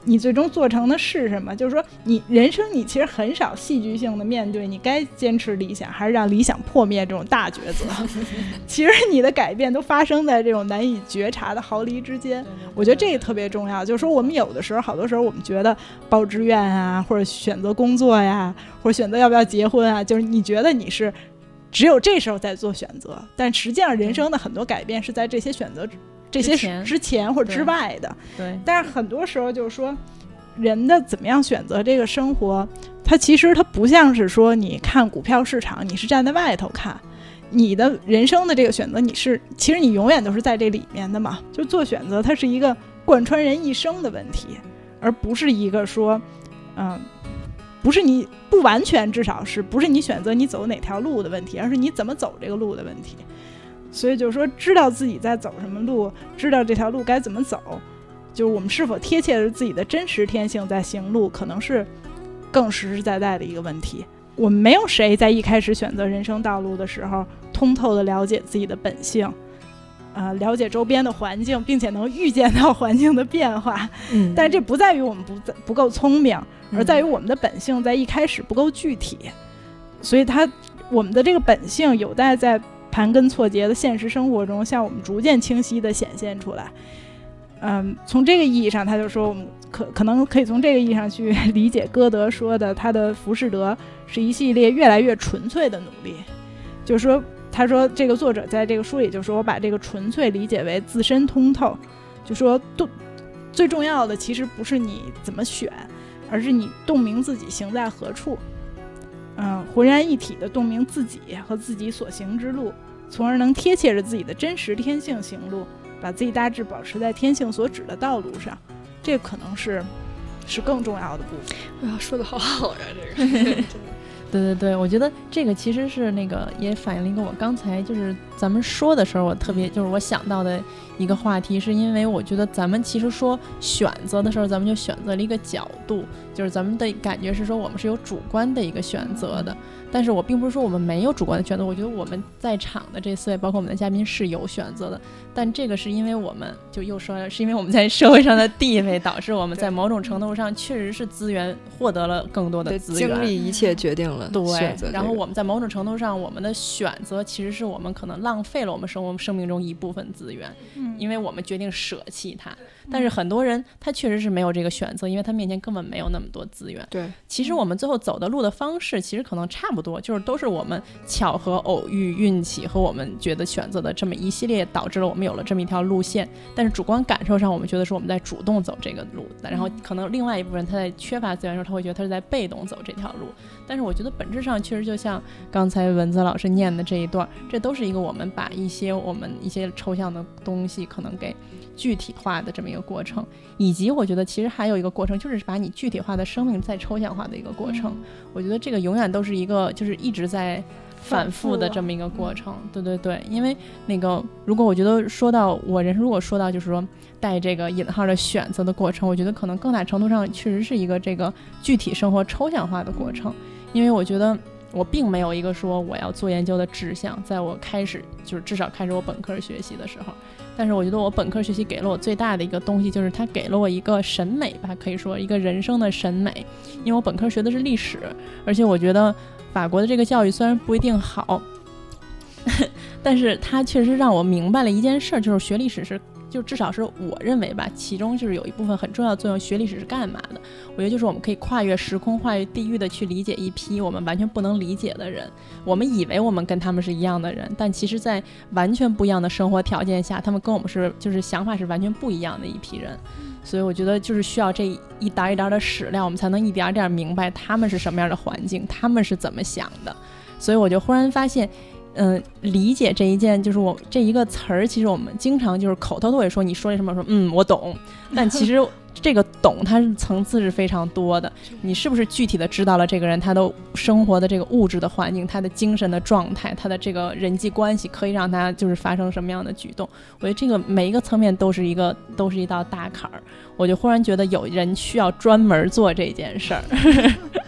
你最终做成的是什么？就是说你人生你其实很少戏剧性的面对你该坚持理想还是让理想破灭这种大抉择其实你的改变都发生在这种难以觉察的毫厘之间。我觉得这个特别重要，就是说我们有的时候好多时候我们觉得报志愿啊，或者选择工作呀，或者选择要不要结婚啊，就是你觉得你是只有这时候在做选择，但实际上人生的很多改变是在这些选择这些之前或者之外的。 对， 但是很多时候就是说人的怎么样选择这个生活，它其实它不像是说你看股票市场你是站在外头看，你的人生的这个选择你是其实你永远都是在这里面的嘛。就做选择它是一个贯穿人一生的问题，而不是一个说嗯，不是你不完全至少是不是你选择你走哪条路的问题，而是你怎么走这个路的问题。所以就是说知道自己在走什么路，知道这条路该怎么走，就是我们是否贴切着自己的真实天性在行路，可能是更实实在在的一个问题。我们没有谁在一开始选择人生道路的时候通透的了解自己的本性，呃，了解周边的环境，并且能预见到环境的变化。嗯，但这不在于我们不不够聪明，而在于我们的本性在一开始不够具体。所以它我们的这个本性有待在盘根错节的现实生活中向我们逐渐清晰地显现出来。嗯，从这个意义上他就说我们可可能可以从这个意义上去理解歌德说的他的浮士德是一系列越来越纯粹的努力。就是说他说这个作者在这个书里就说我把这个纯粹理解为自身通透，就说都最重要的其实不是你怎么选，而是你洞明自己行在何处，嗯，浑然一体的洞明自己和自己所行之路，从而能贴切着自己的真实天性行路，把自己大致保持在天性所指的道路上。这可能是是更重要的部分。 哎呀，说的好好呀，这个对对对，我觉得这个其实是那个也反映了一个我刚才就是咱们说的时候我特别就是我想到的一个话题，是因为我觉得咱们其实说选择的时候咱们就选择了一个角度，就是咱们的感觉是说我们是有主观的一个选择的，但是我并不是说我们没有主观的选择，我觉得我们在场的这四位包括我们的嘉宾是有选择的，但这个是因为我们就又说了是因为我们在社会上的地位导致我们在某种程度上确实是资源获得了更多的资源， 经历一切决定了对选择、这个、 然后我们在某种程度上我们的选择其实是我们可能浪费了我们生活生命中一部分资源、嗯、因为我们决定舍弃它，但是很多人他确实是没有这个选择，因为他面前根本没有那么多资源。 对， 其实我们最后走的路的方式其实可能差不多，就是都是我们巧合偶遇运气和我们觉得选择的这么一系列导致了我们有了这么一条路线，但是主观感受上我们觉得是我们在主动走这个路，然后可能另外一部分人他在缺乏资源的时候他会觉得他是在被动走这条路，但是我觉得本质上确实就像刚才文泽老师念的这一段，这都是一个我们把一些我们一些抽象的东西可能给具体化的这么一个过程，以及我觉得其实还有一个过程就是把你具体化的生命再抽象化的一个过程、嗯、我觉得这个永远都是一个就是一直在反复的这么一个过程。对对对，因为那个如果我觉得说到我人生如果说到就是说带这个引号的选择的过程，我觉得可能更大程度上确实是一个这个具体生活抽象化的过程，因为我觉得我并没有一个说我要做研究的志向，在我开始就是至少开始我本科学习的时候，但是我觉得我本科学习给了我最大的一个东西，就是它给了我一个审美吧，可以说一个人生的审美。因为我本科学的是历史，而且我觉得法国的这个教育虽然不一定好但是它确实让我明白了一件事，就是学历史是就至少是我认为吧，其中就是有一部分很重要的作用，学历史是干嘛的，我觉得就是我们可以跨越时空跨越地域的去理解一批我们完全不能理解的人，我们以为我们跟他们是一样的人，但其实在完全不一样的生活条件下他们跟我们是就是想法是完全不一样的一批人，所以我觉得就是需要这一点一点的史料，我们才能一点点明白他们是什么样的环境，他们是怎么想的。所以我就忽然发现嗯，理解这一件就是我这一个词儿，其实我们经常就是口头都会说，你说什么说嗯我懂，但其实这个懂它是层次是非常多的，你是不是具体的知道了这个人他的生活的这个物质的环境，他的精神的状态，他的这个人际关系可以让他就是发生什么样的举动，我觉得这个每一个层面都是一个都是一道大坎儿，我就忽然觉得有人需要专门做这件事儿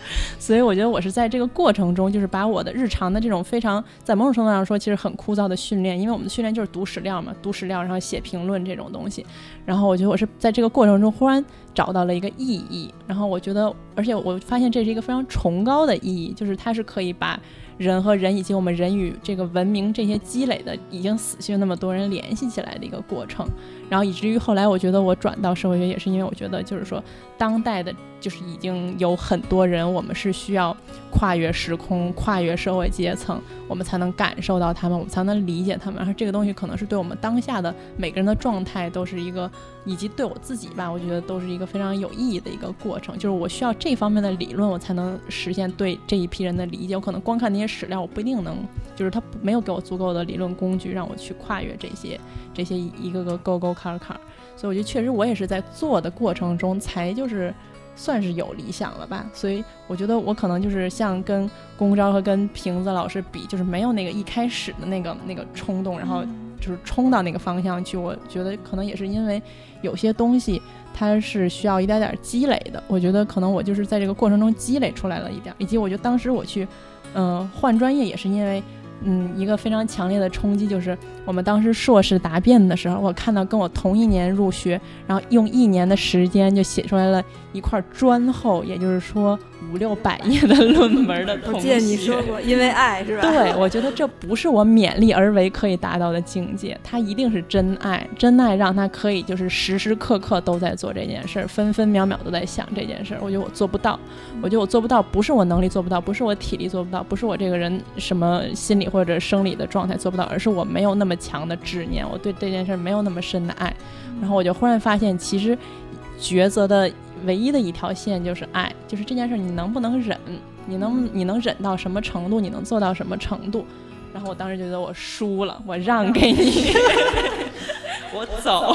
所以我觉得我是在这个过程中，就是把我的日常的这种非常在某种程度上说其实很枯燥的训练，因为我们的训练就是读史料嘛，读史料然后写评论这种东西，然后我觉得我是在这个过程中忽然找到了一个意义，然后我觉得而且我发现这是一个非常崇高的意义，就是它是可以把人和人以及我们人与这个文明这些积累的已经死去那么多人联系起来的一个过程，然后以至于后来我觉得我转到社会学也是因为我觉得就是说当代的就是已经有很多人我们是需要跨越时空跨越社会阶层我们才能感受到他们，我们才能理解他们，然后这个东西可能是对我们当下的每个人的状态都是一个，以及对我自己吧我觉得都是一个非常有意义的一个过程，就是我需要这方面的理论我才能实现对这一批人的理解，我可能光看那些史料我不一定能，就是他没有给我足够的理论工具让我去跨越这些这些一个个沟沟坎坎，所以我觉得确实我也是在做的过程中才就是算是有理想了吧，所以我觉得我可能就是像跟龚昭和跟瓶子老师比，就是没有那个一开始的那个那个冲动，然后就是冲到那个方向去，我觉得可能也是因为有些东西它是需要一点点积累的，我觉得可能我就是在这个过程中积累出来了一点，以及我觉得当时我去嗯、呃、换专业也是因为嗯，一个非常强烈的冲击就是我们当时硕士答辩的时候，我看到跟我同一年入学，然后用一年的时间就写出来了一块专厚，也就是说五六百页的论文的同学。 我记得你说过，因为爱是吧？ 对，我觉得这不是我勉力而为可以达到的境界，他一定是真爱，真爱让他可以就是时时刻刻都在做这件事，分分秒秒都在想这件事。我觉得我做不到，我觉得我做不到，不是我能力做不到，不是我体力做不到，不是我这个人什么心理或者生理的状态做不到，而是我没有那么强的执念，我对这件事没有那么深的爱。然后我就忽然发现，其实抉择的唯一的一条线就是爱，就是这件事你能不能忍，你能你能忍到什么程度，你能做到什么程度。然后我当时觉得我输了，我让给你我走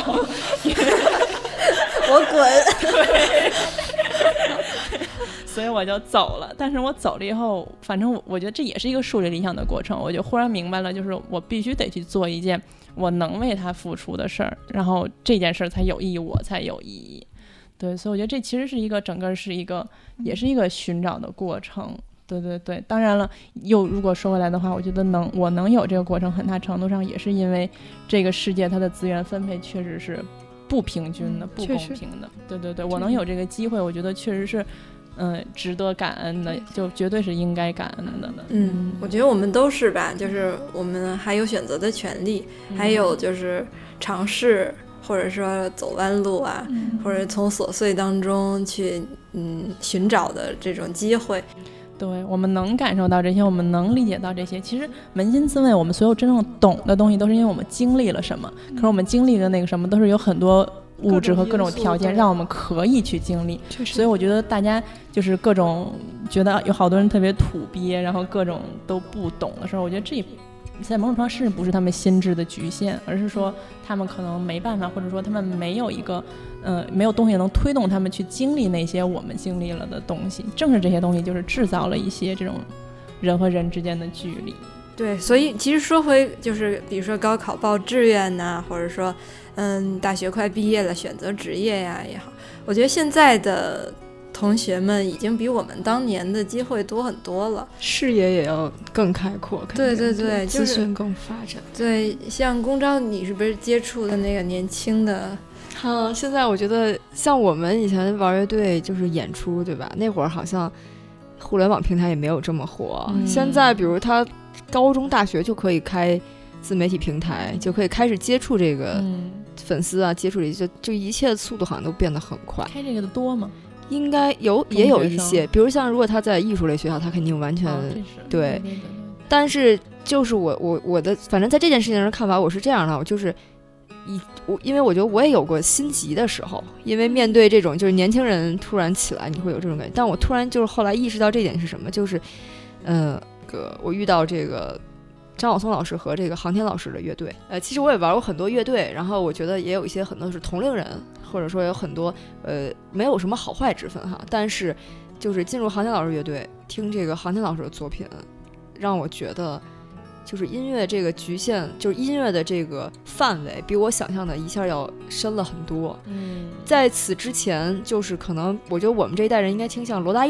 我滚所以我就走了。但是我走了以后，反正 我, 我觉得这也是一个树立理想的过程，我就忽然明白了，就是我必须得去做一件我能为他付出的事儿，然后这件事才有意义，我才有意义。对，所以我觉得这其实是一个整个是一个也是一个寻找的过程。对对对，当然了，又如果说回来的话，我觉得能我能有这个过程，很大程度上也是因为这个世界它的资源分配确实是不平均的、不公平的。对对对，我能有这个机会，我觉得确实是嗯，值得感恩的，就绝对是应该感恩的。 嗯，我觉得我们都是吧，就是我们还有选择的权利，嗯、还有就是尝试或者说走弯路啊，嗯、或者从琐碎当中去嗯寻找的这种机会。 对，我们能感受到这些，我们能理解到这些，其实扪心自问，我们所有真正懂的东西都是因为我们经历了什么，可是我们经历的那个什么都是有很多物质和各种条件让我们可以去经历，所以我觉得大家就是各种觉得有好多人特别土鳖，然后各种都不懂的时候，我觉得这在某种程度上甚至不是他们心智的局限，而是说他们可能没办法，或者说他们没有一个呃没有东西能推动他们去经历那些我们经历了的东西，正是这些东西就是制造了一些这种人和人之间的距离。 对，所以其实说回就是比如说高考报志愿呐、啊，或者说嗯大学快毕业了选择职业呀也好，我觉得现在的同学们已经比我们当年的机会多很多了， 视野也要更开阔， 对对对， 资讯更发展。 对，像龚昭你是不是接触的那个年轻的嗯，现在我觉得像我们以前玩乐队就是演出对吧，那会儿好像互联网平台也没有这么火、嗯、现在比如他高中大学就可以开自媒体平台，就可以开始接触这个粉丝啊、嗯、接触这就就一切的速度好像都变得很快。 开这个的多吗？ 应该有，也有一些，比如像如果他在艺术类学校他肯定完全、哦、对, 对, 对, 对但是就是我我我的反正在这件事情上的看法我是这样的，我就是一我因为我觉得我也有过心急的时候，因为面对这种就是年轻人突然起来你会有这种感觉，但我突然就是后来意识到这点是什么，就是呃个我遇到这个张晓松老师和这个航天老师的乐队，呃，其实我也玩过很多乐队，然后我觉得也有一些很多是同龄人，或者说有很多呃没有什么好坏之分哈，但是就是进入航天老师乐队，听这个航天老师的作品，让我觉得就是音乐这个局限，就是音乐的这个范围比我想象的一下要深了很多。嗯，在此之前，就是可能我觉得我们这一代人应该倾向罗大佑。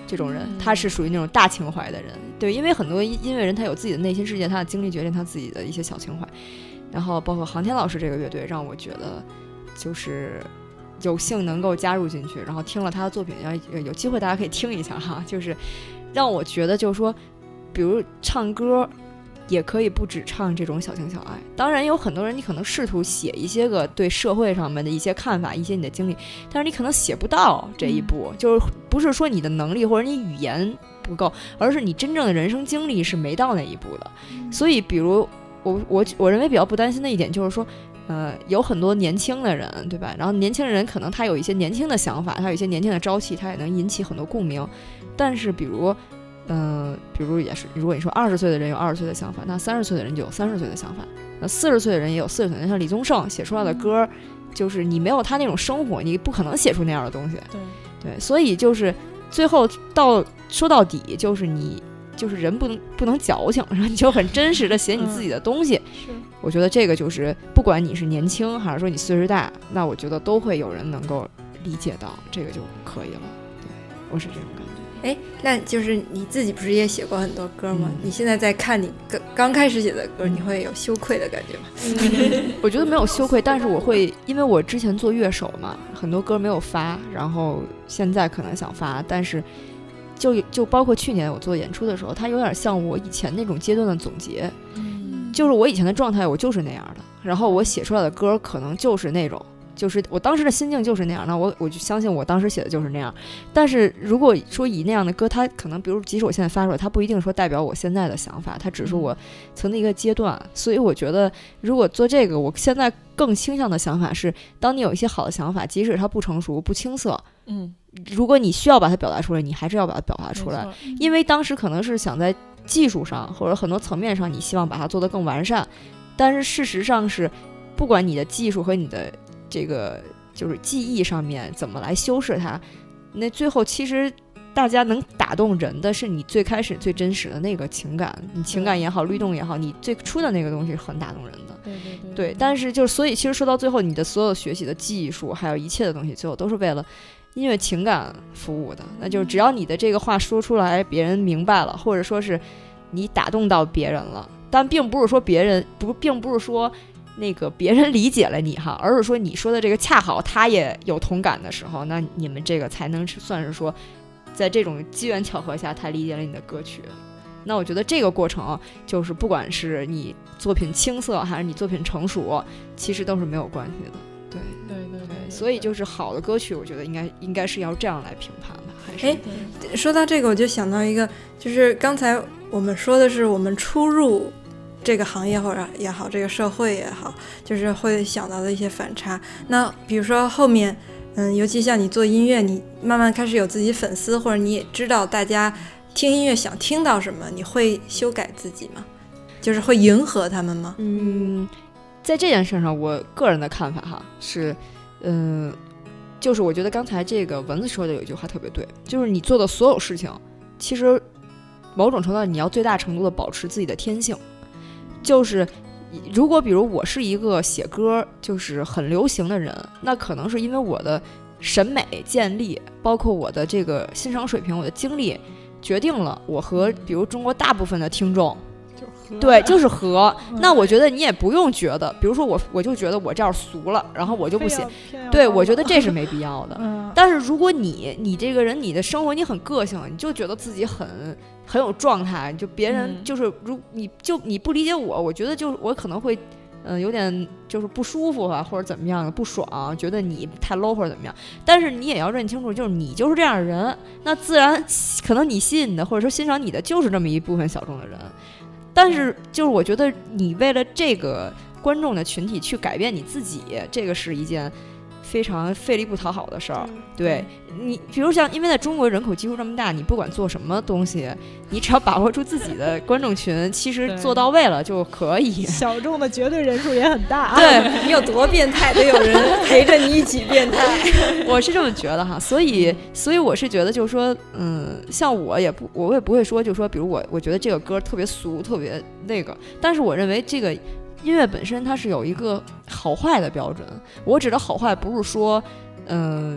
这种人，他是属于那种大情怀的人。对，因为很多音乐人他有自己的内心世界，他的经历决定他自己的一些小情怀。然后包括航天老师这个乐队，让我觉得就是有幸能够加入进去，然后听了他的作品，要有机会大家可以听一下哈，就是让我觉得就是说，比如唱歌也可以不只唱这种小情小爱。当然有很多人你可能试图写一些个对社会上面的一些看法，一些你的经历，但是你可能写不到这一步，嗯、就是不是说你的能力或者你语言不够，而是你真正的人生经历是没到那一步的。嗯、所以比如我我我认为比较不担心的一点就是说，呃，有很多年轻的人，对吧？然后年轻人可能他有一些年轻的想法，他有一些年轻的朝气，他也能引起很多共鸣。但是比如嗯、呃，比如也是，如果你说二十岁的人有二十岁的想法，那三十岁的人就有三十岁的想法，那四十岁的人也有四十岁的。像李宗盛写出来的歌，就是你没有他那种生活，你不可能写出那样的东西。 对对，所以就是最后到说到底，就是你就是人不能不能矫情，然后你就很真实的写你自己的东西。 嗯、是， 我觉得这个就是不管你是年轻还是说你岁数大，那我觉得都会有人能够理解到，这个就可以了。对，我是这种感觉。 哎，那就是你自己不是也写过很多歌吗？ 嗯、 你现在在看你刚刚开始写的歌，你会有羞愧的感觉吗？ 嗯、我觉得没有羞愧，但是我会，因为我之前做乐手嘛，很多歌没有发，然后现在可能想发，但是就就包括去年我做演出的时候，它有点像我以前那种阶段的总结， 嗯、 就是我以前的状态，我就是那样的，然后我写出来的歌可能就是那种。就是我当时的心境就是那样，那我我就相信我当时写的就是那样。但是如果说以那样的歌，它可能比如即使我现在发出来，它不一定说代表我现在的想法，它只是我曾的一个阶段。所以我觉得如果做这个，我现在更倾向的想法是，当你有一些好的想法，即使它不成熟不青涩， 嗯， 如果你需要把它表达出来，你还是要把它表达出来，因为当时可能是想在技术上或者很多层面上，你希望把它做得更完善，但是事实上是不管你的技术和你的这个就是技艺上面怎么来修饰它，那最后其实大家能打动人的是你最开始最真实的那个情感，你情感也好，律动也好，你最初的那个东西很打动人的。 对对对。 对，但是就是所以其实说到最后，你的所有学习的技术还有一切的东西，最后都是为了音乐情感服务的。那就是只要你的这个话说出来，别人明白了，或者说是你打动到别人了，但并不是说别人不，并不是说。那个别人理解了你哈，而是说你说的这个恰好他也有同感的时候，那你们这个才能算是说，在这种机缘巧合下，他理解了你的歌曲。那我觉得这个过程就是，不管是你作品青涩还是你作品成熟，其实都是没有关系的。对对对 对, 对， 所以就是好的歌曲，我觉得应该应该是要这样来评判的。还是哎，说到这个，我就想到一个，就是刚才我们说的是我们初入这个行业或者也好，这个社会也好，就是会想到的一些反差。那比如说后面，嗯，尤其像你做音乐，你慢慢开始有自己粉丝，或者你也知道大家听音乐想听到什么，你会修改自己吗？就是会迎合他们吗？ 嗯，在这件事上，我个人的看法哈是，嗯，就是我觉得刚才这个蚊子说的有一句话特别对，就是你做的所有事情，其实某种程度上你要最大程度的保持自己的天性。就是如果比如我是一个写歌就是很流行的人，那可能是因为我的审美建立，包括我的这个欣赏水平，我的经历决定了我和比如中国大部分的听众就对就是合、嗯、那我觉得你也不用觉得比如说我我就觉得我这样俗了，然后我就不写，对，我觉得这是没必要的、嗯、但是如果你你这个人你的生活你很个性，你就觉得自己很很有状态，就别人就是如你就你不理解我，我觉得就我可能会嗯、呃、有点就是不舒服啊，或者怎么样的不爽，觉得你太 low 或者怎么样，但是你也要认清楚，就是你就是这样的人，那自然可能你吸引的或者说欣赏你的就是这么一部分小众的人，但是就是我觉得你为了这个观众的群体去改变你自己，这个是一件非常费力不讨好的事儿。对你比如像因为在中国人口基数这么大，你不管做什么东西，你只要把握住自己的观众群，其实做到位了就可以。 小众的绝对人数也很大， 对， 你有多变态得有人陪着你一起变态。 我是这么觉得哈，所以所以我是觉得就是说嗯，像我也不我也不会说就是说比如我我觉得这个歌特别俗特别那个，但是我认为这个音乐本身它是有一个好坏的标准，我指的好坏不是说嗯、呃，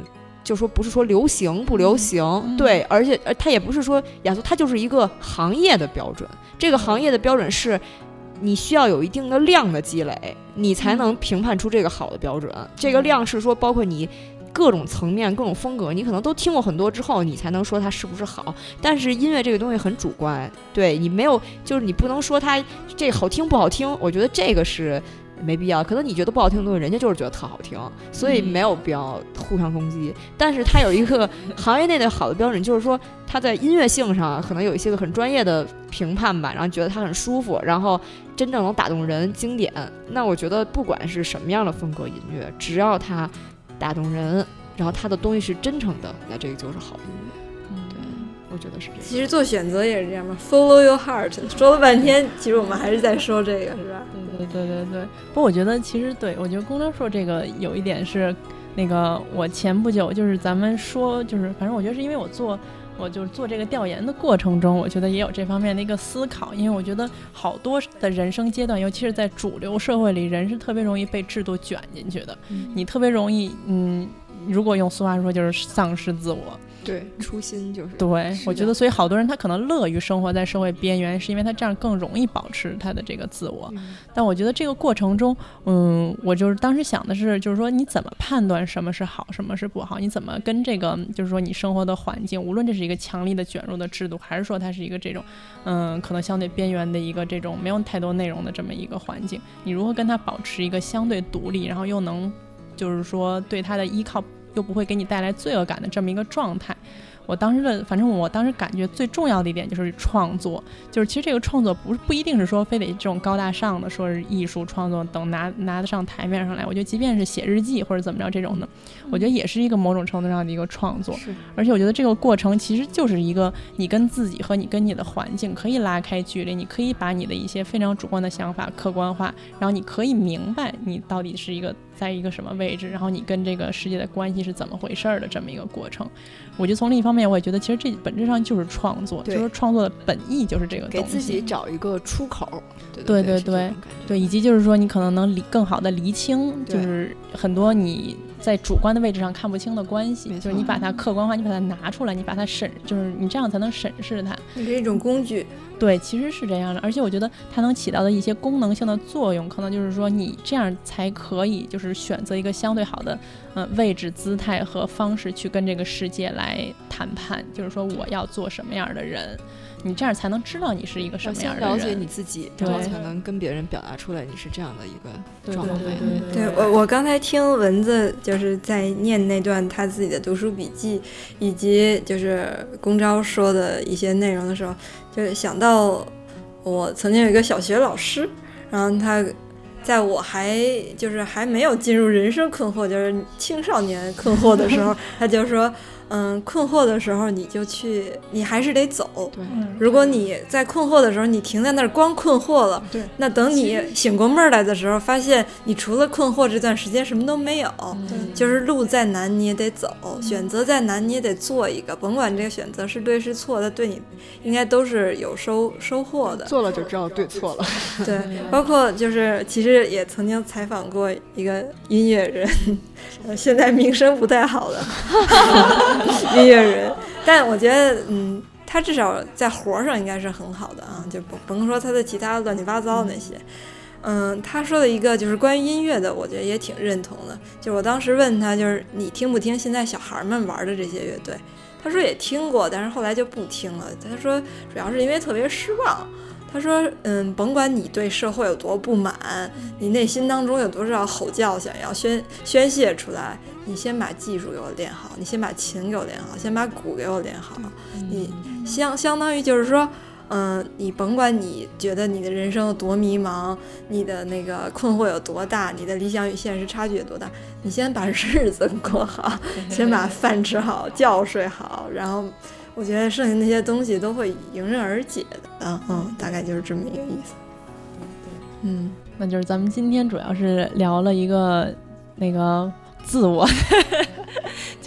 就说不是说流行不流行， 嗯、 对，而且它也不是说雅俗，它就是一个行业的标准。这个行业的标准是你需要有一定的量的积累，你才能评判出这个好的标准。嗯、这个量是说包括你各种层面、各种风格，你可能都听过很多之后，你才能说它是不是好。但是音乐这个东西很主观，对你没有，就是你不能说它这好听不好听。我觉得这个是没必要，可能你觉得不好听的东西，人家就是觉得特好听，所以没有必要互相攻击。嗯、但是它有一个行业内的好的标准，就是说它在音乐性上可能有一些个很专业的评判吧，然后觉得它很舒服，然后真正能打动人，经典。那我觉得不管是什么样的风格音乐，只要它打动人，然后它的东西是真诚的，那这个就是好音乐。嗯，对，我觉得是这样。 其实做选择也是这样嘛 ，Follow your heart。说了半天，其实我们还是在说这个，是吧？ 对对对对对。不过我觉得其实对，我觉得公章说这个有一点是，那个我前不久就是咱们说，就是反正我觉得是因为我做。我就是做这个调研的过程中，我觉得也有这方面的一个思考，因为我觉得好多的人生阶段，尤其是在主流社会里，人是特别容易被制度卷进去的，嗯、你特别容易，嗯，如果用俗话说，就是丧失自我。 对，初心就是。 对，我觉得，所以好多人他可能乐于生活在社会边缘，是因为他这样更容易保持他的这个自我。嗯、但我觉得这个过程中，嗯，我就是当时想的是，就是说你怎么判断什么是好，什么是不好？你怎么跟这个，就是说你生活的环境，无论这是一个强力的卷入的制度，还是说它是一个这种，嗯，可能相对边缘的一个这种没有太多内容的这么一个环境，你如何跟它保持一个相对独立，然后又能，就是说对它的依靠。又不会给你带来罪恶感的这么一个状态。我当时的，反正我当时感觉最重要的一点就是创作，就是其实这个创作不是不一定是说非得这种高大上的，说是艺术创作等拿拿得上台面上来。我觉得即便是写日记或者怎么着这种的，我觉得也是一个某种程度上的一个创作。而且我觉得这个过程其实就是一个你跟自己和你跟你的环境可以拉开距离，你可以把你的一些非常主观的想法客观化，然后你可以明白你到底是一个在一个什么位置，然后你跟这个世界的关系是怎么回事的这么一个过程。我觉得从另一方面我也觉得其实这本质上就是创作，就是创作的本意就是这个东西， 给自己找一个出口。对对对对 对, 对，以及就是说你可能能理更好的厘清就是很多你在主观的位置上看不清的关系，就是你把它客观化，你把它拿出来，你把它审，就是你这样才能审视它。 你是一种工具。 对，其实是这样的，而且我觉得它能起到的一些功能性的作用，可能就是说你这样才可以就是选择一个相对好的呃位置、姿态和方式去跟这个世界来谈判，就是说我要做什么样的人，你这样才能知道你是一个什么样的人， 了解你自己，然后才能跟别人表达出来你是这样的一个状态。 对对对对，我我刚才听蚊子就是在念那段他自己的读书笔记，以及就是公招说的一些内容的时候，就是想到我曾经有一个小学老师，然后他在我还就是还没有进入人生困惑，就是青少年困惑的时候，他就说嗯，困惑的时候你就去，你还是得走。 对， 如果你在困惑的时候你停在那儿光困惑了， 对， 那等你醒过味儿来的时候，发现你除了困惑这段时间什么都没有。 嗯、 就是路再难你也得走，嗯、选择再难你也得做一个，甭管这个选择是对是错的，对你应该都是有收收获的。 做了就知道对错了。 对，包括就是其实也曾经采访过一个音乐人，现在名声不太好的音乐人，但我觉得嗯，他至少在活上应该是很好的啊，就甭甭说他的其他乱七八糟的那些。嗯，他说的一个就是关于音乐的，我觉得也挺认同的。就我当时问他，就是你听不听现在小孩们玩的这些乐队？他说也听过，但是后来就不听了。他说主要是因为特别失望。他说嗯，甭管你对社会有多不满，你内心当中有多少吼叫想要宣宣泄出来，你先把技术给我练好，你先把琴给我练好，先把鼓给我练好。你相相当于就是说嗯，你甭管你觉得你的人生有多迷茫，你的那个困惑有多大，你的理想与现实差距有多大，你先把日子过好，先把饭吃好，觉睡好，然后我觉得剩下那些东西都会迎刃而解的。嗯，大概就是这么一个意思。嗯， 那就是咱们今天主要是聊了一个那个自我就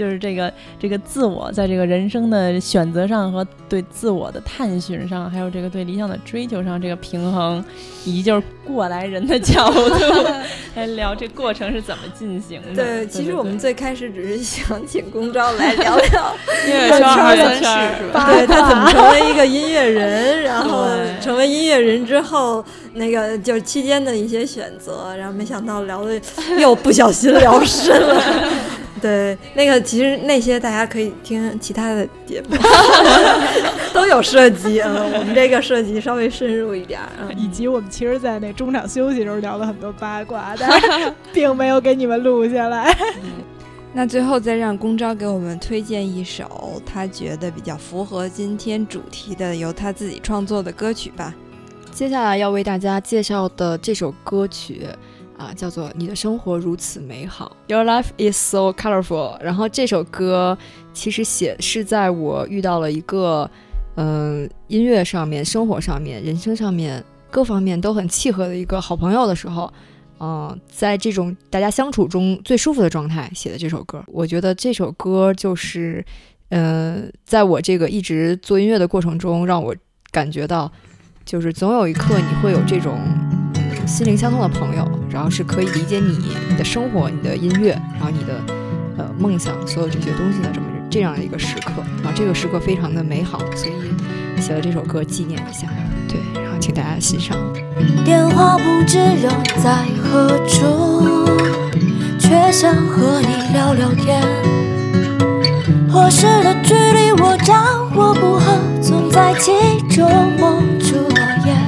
就是这个这个自我在这个人生的选择上和对自我的探寻上，还有这个对理想的追求上这个平衡，以及就是过来人的角度来聊这过程是怎么进行的。 对，其实我们最开始只是想请公昭来聊聊音乐圈二三事，是吧？ 对，他怎么成为一个音乐人，然后成为音乐人之后，那个就是期间的一些选择，然后没想到聊的又不小心聊深了。对，那个其实那些大家可以听其他的节目都有涉及，嗯，我们这个涉及稍微深入一点，嗯， 以及我们其实在那中场休息的时候聊了很多八卦，但是并没有给你们录下来。 那最后再让公昭给我们推荐一首他觉得比较符合今天主题的由他自己创作的歌曲吧。 接下来要为大家介绍的这首歌曲啊，叫做《你的生活如此美好》 Your life is so colorful。 然后这首歌其实写是在我遇到了一个嗯、呃、音乐上面、生活上面、人生上面各方面都很契合的一个好朋友的时候，嗯、呃，在这种大家相处中最舒服的状态写的这首歌。我觉得这首歌就是呃，在我这个一直做音乐的过程中，让我感觉到就是总有一刻你会有这种嗯心灵相通的朋友，然后是可以理解你你的生活、你的音乐，然后你的呃梦想，所有这些东西的这么这样的一个时刻。然后这个时刻非常的美好，所以写了这首歌纪念一下。对，然后请大家欣赏。 电话不知人在何处，却想和你聊聊天。合适的距离我掌握不好，总在其中蒙住了眼。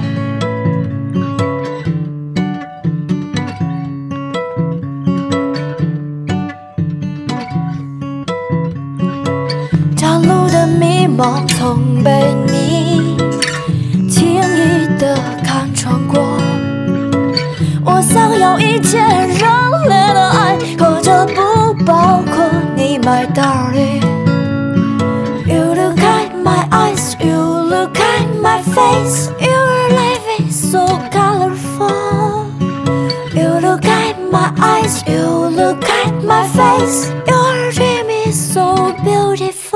长路的迷茫曾被你轻易地看穿过，我想要一切热烈的爱，可这不包括你，my darling。You look at my eyes, you look at my face, your life is so colorful. You look at my eyes, you look at my face, your dream is so beautiful.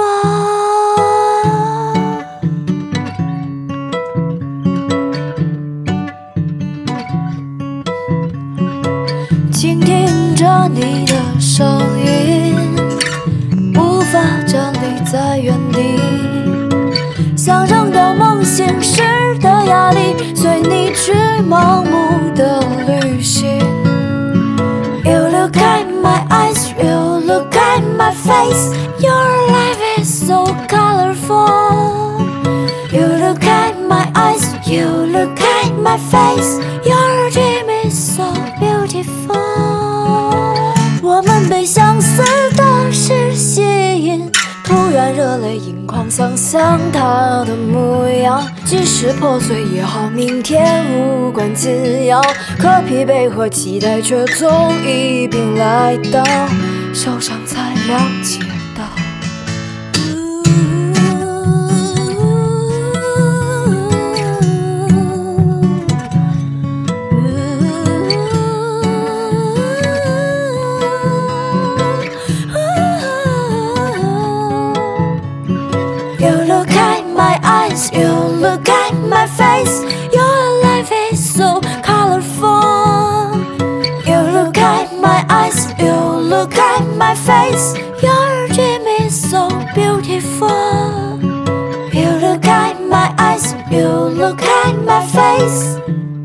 倾听着你的声音，无法站立在原地，想扔掉梦醒时的压力，随你去盲目的旅行。You look at my eyes, you look at my face, your life is so colorful. You look at my eyes, you look at my face, your dream is so beautiful. 我们被相似的事吸引，突然热泪盈眶，想象他的模样，即使破碎也好，明天无关紧要，可疲惫和期待却总一并来到，受伤才了解到。You look at my face, your life is so colorful. You look at my eyes, you look at my face, your dream is so beautiful. You look at my eyes, you look at my face.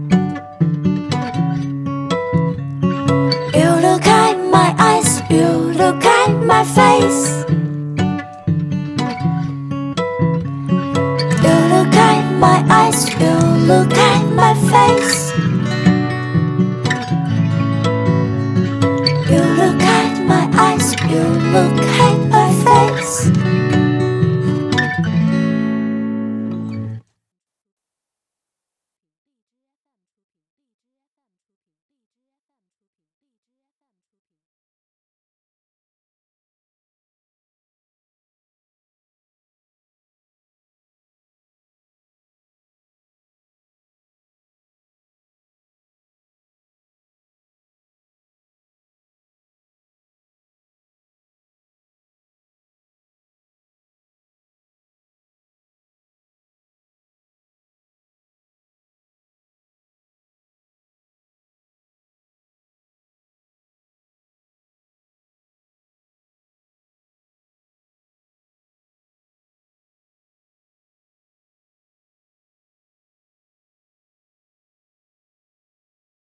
You look at my eyes, you look at my face. My eyes, you look at my face.